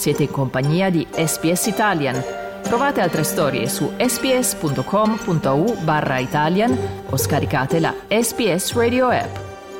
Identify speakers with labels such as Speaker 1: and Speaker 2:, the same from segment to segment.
Speaker 1: Siete in compagnia di SBS Italian. Trovate altre storie su sbs.com.au/Italian o scaricate la SBS Radio app.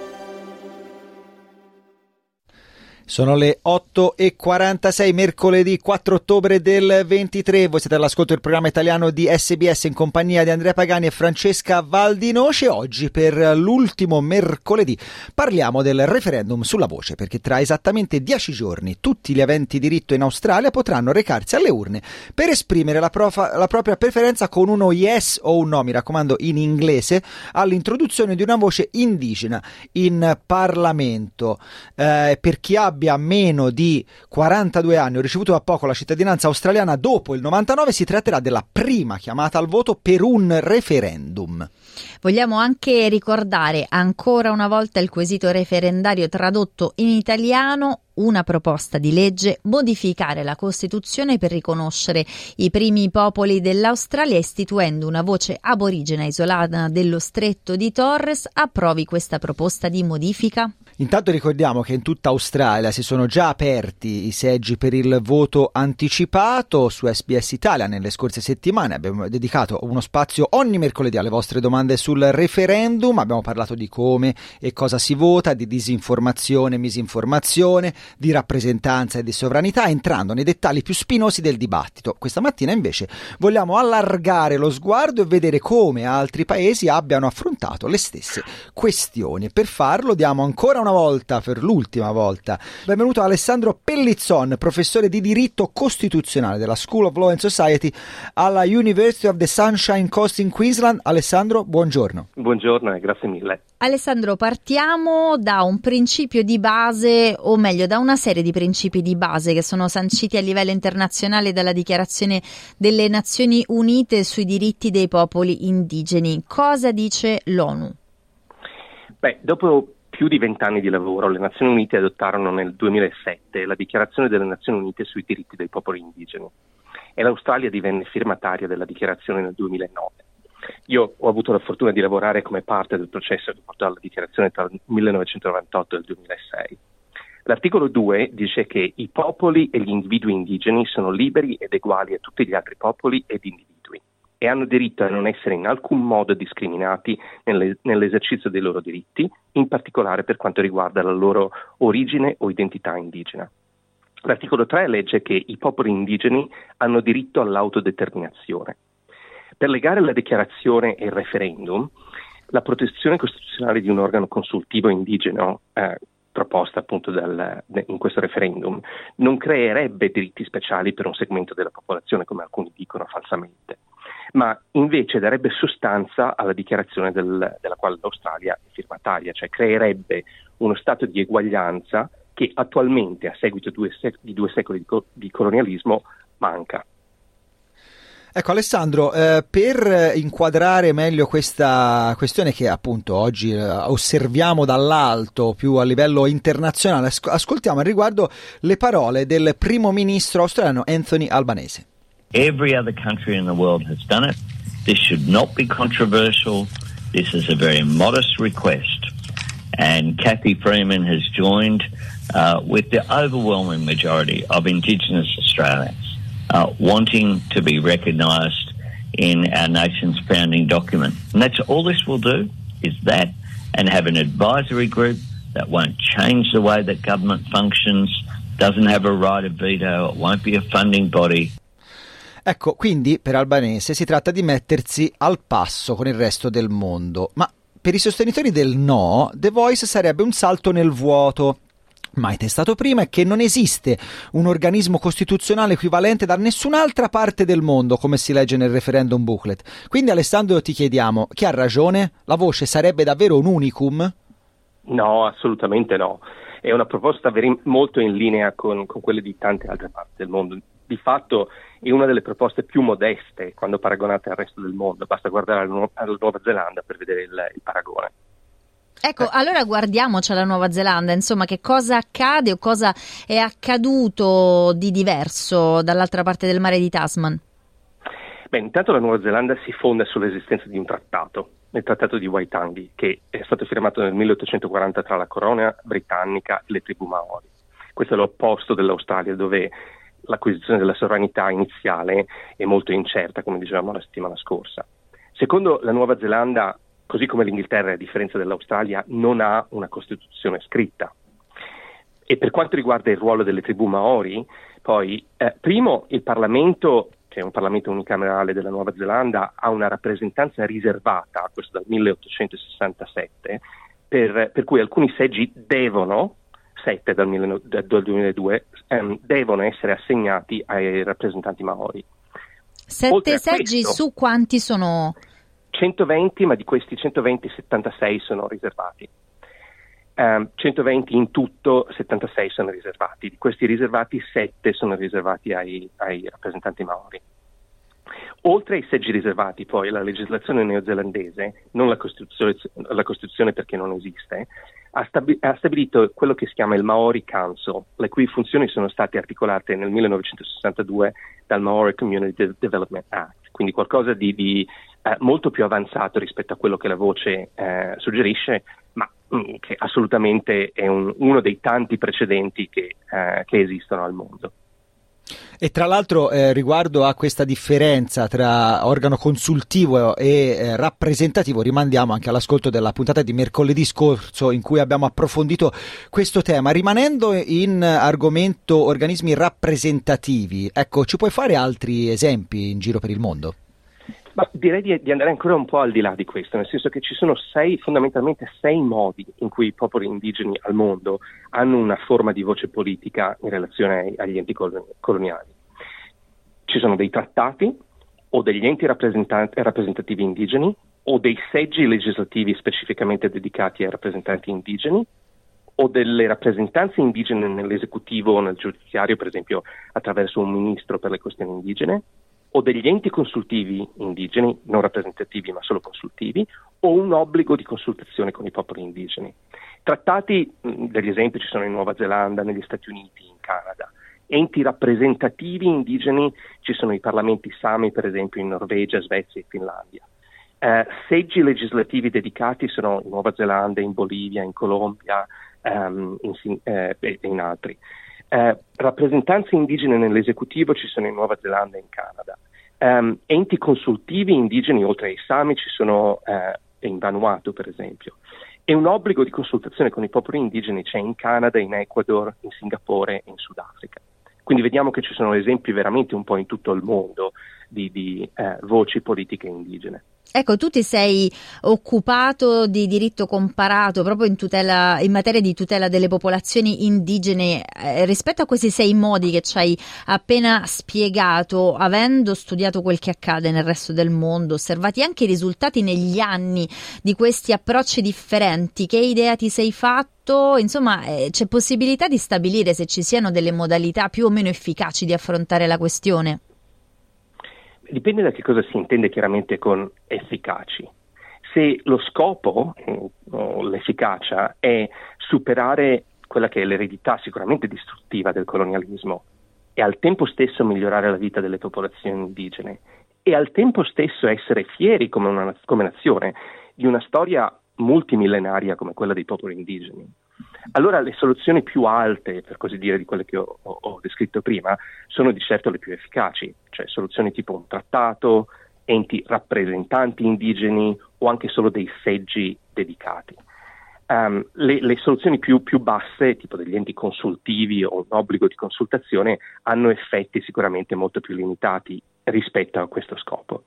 Speaker 2: Sono le 8:46, mercoledì 4 ottobre del 23. Voi siete all'ascolto del programma italiano di SBS in compagnia di Andrea Pagani e Francesca Valdinoce. Oggi, per l'ultimo mercoledì, parliamo del referendum sulla voce, perché tra esattamente 10 giorni tutti gli aventi diritto in Australia potranno recarsi alle urne per esprimere la propria preferenza con uno yes o un no, mi raccomando in inglese, all'introduzione di una voce indigena in Parlamento. Per chi abbia meno di 42 anni o ricevuto da poco la cittadinanza australiana dopo il 99, si tratterà della prima chiamata al voto per un referendum.
Speaker 3: Vogliamo anche ricordare ancora una volta il quesito referendario tradotto in italiano: una proposta di legge, modificare la Costituzione per riconoscere i primi popoli dell'Australia istituendo una voce aborigena isolana dello Stretto di Torres. Approvi questa proposta di modifica?
Speaker 2: Intanto ricordiamo che in tutta Australia si sono già aperti i seggi per il voto anticipato. Su SBS Italia nelle scorse settimane abbiamo dedicato uno spazio ogni mercoledì alle vostre domande sul referendum. Abbiamo parlato di come e cosa si vota, di disinformazione, misinformazione, di rappresentanza e di sovranità, entrando nei dettagli più spinosi del dibattito. Questa mattina invece vogliamo allargare lo sguardo e vedere come altri paesi abbiano affrontato le stesse questioni. Per farlo diamo ancora una volta, per l'ultima volta, benvenuto a Alessandro Pellizzon, professore di diritto costituzionale della School of Law and Society alla University of the Sunshine Coast in Queensland. Alessandro, buongiorno.
Speaker 4: Buongiorno e grazie mille.
Speaker 3: Alessandro, partiamo da un principio di base, o meglio da una serie di principi di base che sono sanciti a livello internazionale dalla Dichiarazione delle Nazioni Unite sui diritti dei popoli indigeni. Cosa dice l'ONU?
Speaker 4: Dopo più di 20 anni di lavoro, le Nazioni Unite adottarono nel 2007 la Dichiarazione delle Nazioni Unite sui diritti dei popoli indigeni e l'Australia divenne firmataria della dichiarazione nel 2009. Io ho avuto la fortuna di lavorare come parte del processo che portò alla dichiarazione tra il 1998 e il 2006. L'articolo 2 dice che i popoli e gli individui indigeni sono liberi ed uguali a tutti gli altri popoli ed individui e hanno diritto a non essere in alcun modo discriminati nell'esercizio dei loro diritti, in particolare per quanto riguarda la loro origine o identità indigena. L'articolo 3 legge che i popoli indigeni hanno diritto all'autodeterminazione. Per legare la dichiarazione e il referendum, la protezione costituzionale di un organo consultivo indigeno proposta appunto in questo referendum non creerebbe diritti speciali per un segmento della popolazione, come alcuni dicono falsamente, ma invece darebbe sostanza alla dichiarazione della quale l'Australia è firmataria, cioè creerebbe uno stato di eguaglianza che attualmente, a seguito di 2 secoli di colonialismo, manca.
Speaker 2: Ecco Alessandro, per inquadrare meglio questa questione che appunto oggi osserviamo dall'alto più a livello internazionale, ascoltiamo al riguardo le parole del primo ministro australiano Anthony Albanese.
Speaker 5: Every other country in the world has done it. This should not be controversial. This is a very modest request. And Cathy Freeman has joined with the overwhelming majority of Indigenous Australians wanting to be recognised in our nation's founding document. And that's all this will do, is that, and have an advisory group that won't change the way that government functions, doesn't have a right of veto, it won't be a funding body.
Speaker 2: Ecco, quindi per Albanese si tratta di mettersi al passo con il resto del mondo, ma per i sostenitori del no, The Voice sarebbe un salto nel vuoto. Mai testato prima è che non esiste un organismo costituzionale equivalente da nessun'altra parte del mondo, come si legge nel referendum booklet. Quindi Alessandro ti chiediamo, chi ha ragione? La voce sarebbe davvero un unicum?
Speaker 4: No, assolutamente no. È una proposta molto in linea con quelle di tante altre parti del mondo. Di fatto è una delle proposte più modeste quando paragonate al resto del mondo. Basta guardare alla Nuova Zelanda per vedere il paragone.
Speaker 3: Ecco, allora guardiamoci alla Nuova Zelanda, insomma, che cosa accade o cosa è accaduto di diverso dall'altra parte del mare di Tasman?
Speaker 4: Intanto la Nuova Zelanda si fonda sull'esistenza di un trattato, il Trattato di Waitangi, che è stato firmato nel 1840 tra la corona britannica e le tribù Maori. Questo è l'opposto dell'Australia, dove l'acquisizione della sovranità iniziale è molto incerta, come dicevamo la settimana scorsa. Secondo la Nuova Zelanda, così come l'Inghilterra, a differenza dell'Australia, non ha una Costituzione scritta. E per quanto riguarda il ruolo delle tribù Maori, poi, primo, il Parlamento, che è un Parlamento unicamerale della Nuova Zelanda, ha una rappresentanza riservata, questo dal 1867, per cui alcuni seggi devono, 7 dal 2002, devono essere assegnati ai rappresentanti Maori.
Speaker 3: 7 seggi questo, su quanti sono?
Speaker 4: 120, ma di questi 120, 76 sono riservati. 120 in tutto, 76 sono riservati. Di questi riservati, 7 sono riservati ai rappresentanti Maori. Oltre ai seggi riservati, poi, la legislazione neozelandese, non la Costituzione perché non esiste, ha stabilito quello che si chiama il Maori Council, le cui funzioni sono state articolate nel 1962 dal Maori Community Development Act, quindi qualcosa di molto più avanzato rispetto a quello che la voce suggerisce, ma che assolutamente è uno dei tanti precedenti che esistono al mondo.
Speaker 2: E tra l'altro riguardo a questa differenza tra organo consultivo e rappresentativo, rimandiamo anche all'ascolto della puntata di mercoledì scorso in cui abbiamo approfondito questo tema. Rimanendo in argomento organismi rappresentativi, ecco, ci puoi fare altri esempi in giro per il mondo?
Speaker 4: Ma direi di andare ancora un po' al di là di questo, nel senso che ci sono fondamentalmente sei modi in cui i popoli indigeni al mondo hanno una forma di voce politica in relazione agli enti coloniali. Ci sono dei trattati o degli enti rappresentativi indigeni o dei seggi legislativi specificamente dedicati ai rappresentanti indigeni o delle rappresentanze indigene nell'esecutivo o nel giudiziario, per esempio attraverso un ministro per le questioni indigene, o degli enti consultivi indigeni, non rappresentativi ma solo consultivi, o un obbligo di consultazione con i popoli indigeni. Trattati, degli esempi ci sono in Nuova Zelanda, negli Stati Uniti, in Canada. Enti rappresentativi indigeni, ci sono i parlamenti Sami, per esempio, in Norvegia, Svezia e Finlandia. Seggi legislativi dedicati sono in Nuova Zelanda, in Bolivia, in Colombia e in altri. Rappresentanze indigene nell'esecutivo ci sono in Nuova Zelanda e in Canada. Enti consultivi indigeni oltre ai Sami ci sono in Vanuatu, per esempio. E un obbligo di consultazione con i popoli indigeni c'è in Canada, in Ecuador, in Singapore e in Sudafrica. Quindi vediamo che ci sono esempi veramente un po' in tutto il mondo di voci politiche indigene.
Speaker 3: Ecco, tu ti sei occupato di diritto comparato proprio in materia di tutela delle popolazioni indigene. Rispetto a questi 6 modi che ci hai appena spiegato, avendo studiato quel che accade nel resto del mondo, osservati anche i risultati negli anni di questi approcci differenti, che idea ti sei fatto? Insomma, c'è possibilità di stabilire se ci siano delle modalità più o meno efficaci di affrontare la questione?
Speaker 4: Dipende da che cosa si intende chiaramente con efficaci. Se lo scopo o l'efficacia è superare quella che è l'eredità sicuramente distruttiva del colonialismo e al tempo stesso migliorare la vita delle popolazioni indigene e al tempo stesso essere fieri come nazione di una storia multimillenaria come quella dei popoli indigeni, allora le soluzioni più alte, per così dire, di quelle che ho descritto prima, sono di certo le più efficaci, cioè soluzioni tipo un trattato, enti rappresentanti indigeni o anche solo dei seggi dedicati. Le soluzioni più basse, tipo degli enti consultivi o un obbligo di consultazione, hanno effetti sicuramente molto più limitati rispetto a questo scopo.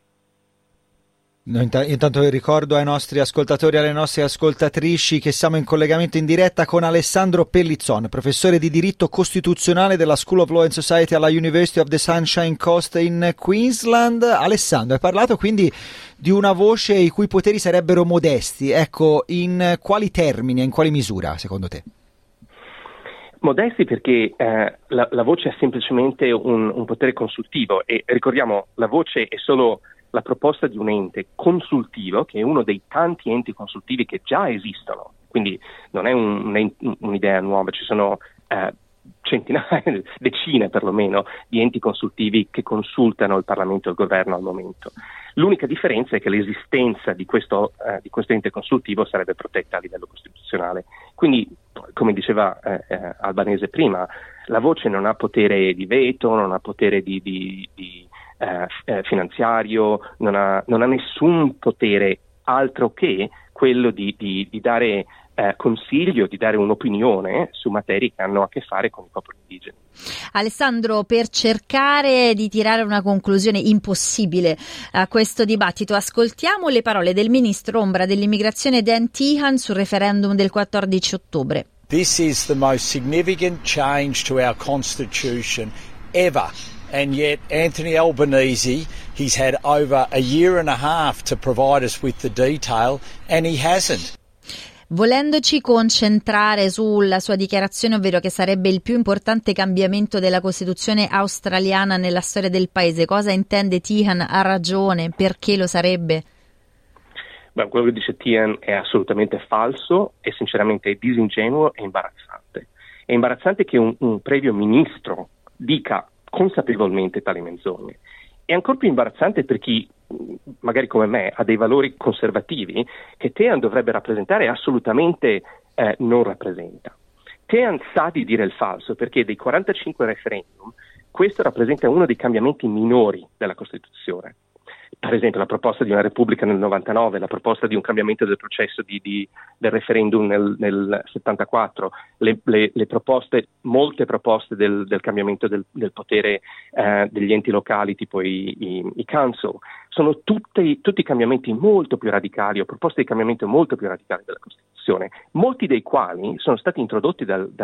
Speaker 2: Intanto ricordo ai nostri ascoltatori e alle nostre ascoltatrici che siamo in collegamento in diretta con Alessandro Pellizzon, professore di diritto costituzionale della School of Law and Society alla University of the Sunshine Coast in Queensland. Alessandro, hai parlato quindi di una voce i cui poteri sarebbero modesti. Ecco, in quali termini e in quali misura, secondo te?
Speaker 4: Modesti perché la voce è semplicemente un potere consultivo e ricordiamo, la voce è solo la proposta di un ente consultivo, che è uno dei tanti enti consultivi che già esistono, quindi non è un'idea nuova, ci sono centinaia, decine perlomeno, di enti consultivi che consultano il Parlamento e il governo al momento. L'unica differenza è che l'esistenza di questo ente consultivo sarebbe protetta a livello costituzionale. Quindi, come diceva Albanese prima, La voce non ha potere di veto, non ha potere di finanziario, non ha nessun potere altro che quello di dare consiglio, di dare un'opinione su materie che hanno a che fare con i popoli indigeni.
Speaker 3: Alessandro, per cercare di tirare una conclusione impossibile a questo dibattito, ascoltiamo le parole del ministro ombra dell'immigrazione Dan Tehan sul referendum del 14 ottobre.
Speaker 6: This is the most significant change to our constitution ever. And yet Anthony Albanese, he's had over a year and a half to provide us with the detail, and he hasn't.
Speaker 3: Volendoci concentrare sulla sua dichiarazione, ovvero che sarebbe il più importante cambiamento della Costituzione australiana nella storia del paese, cosa intende Tehan? Ha ragione? Perché lo sarebbe?
Speaker 4: Beh, quello che dice Tehan è assolutamente falso e sinceramente è disingenuo e imbarazzante. È imbarazzante che un previo ministro dica consapevolmente tali menzogne. È ancora più imbarazzante per chi, magari come me, ha dei valori conservativi che Tehan dovrebbe rappresentare e assolutamente non rappresenta. Tehan sa di dire il falso perché dei 45 referendum questo rappresenta uno dei cambiamenti minori della Costituzione. Per esempio la proposta di una Repubblica nel 99, la proposta di un cambiamento del processo del referendum nel 74, le proposte, molte proposte del cambiamento del potere degli enti locali, tipo i council, sono tutti cambiamenti molto più radicali o proposte di cambiamento molto più radicali della Costituzione, molti dei quali sono stati introdotti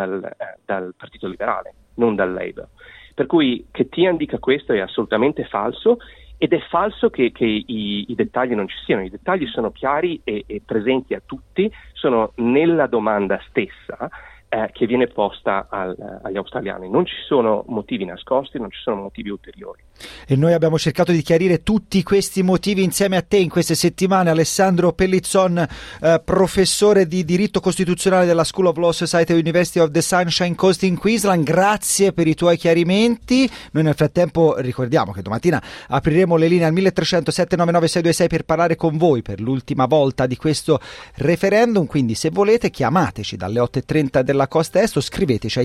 Speaker 4: dal Partito Liberale, non dal Labour. Per cui che Tehan dica questo è assolutamente falso. Ed è falso che i dettagli non ci siano. I dettagli sono chiari e presenti a tutti, sono nella domanda stessa che viene posta agli australiani. Non ci sono motivi nascosti, non ci sono motivi ulteriori.
Speaker 2: E noi abbiamo cercato di chiarire tutti questi motivi insieme a te in queste settimane. Alessandro Pellizzon, professore di diritto costituzionale della School of Law Society University of the Sunshine Coast in Queensland, grazie per i tuoi chiarimenti. Noi nel frattempo ricordiamo che domattina apriremo le linee al 1300 799 626 per parlare con voi per l'ultima volta di questo referendum, quindi se volete chiamateci dalle 8:30 della costa est o scriveteci a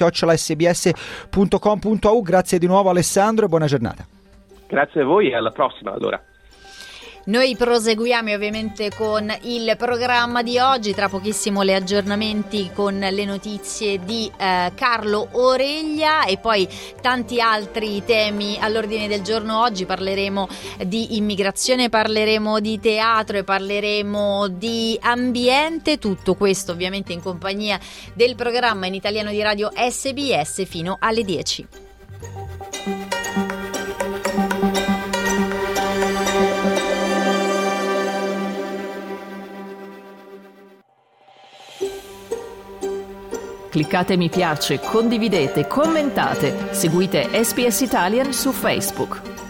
Speaker 2: italian@sbs.com.au. Grazie di nuovo Alessandro e buona giornata.
Speaker 4: Grazie a voi e alla prossima allora.
Speaker 3: Noi proseguiamo ovviamente con il programma di oggi, tra pochissimo le aggiornamenti con le notizie di Carlo Oreglia e poi tanti altri temi all'ordine del giorno. Oggi parleremo di immigrazione, parleremo di teatro e parleremo di ambiente, tutto questo ovviamente in compagnia del programma in italiano di radio SBS fino alle 10.
Speaker 1: Cliccate mi piace, condividete, commentate, seguite SBS Italian su Facebook.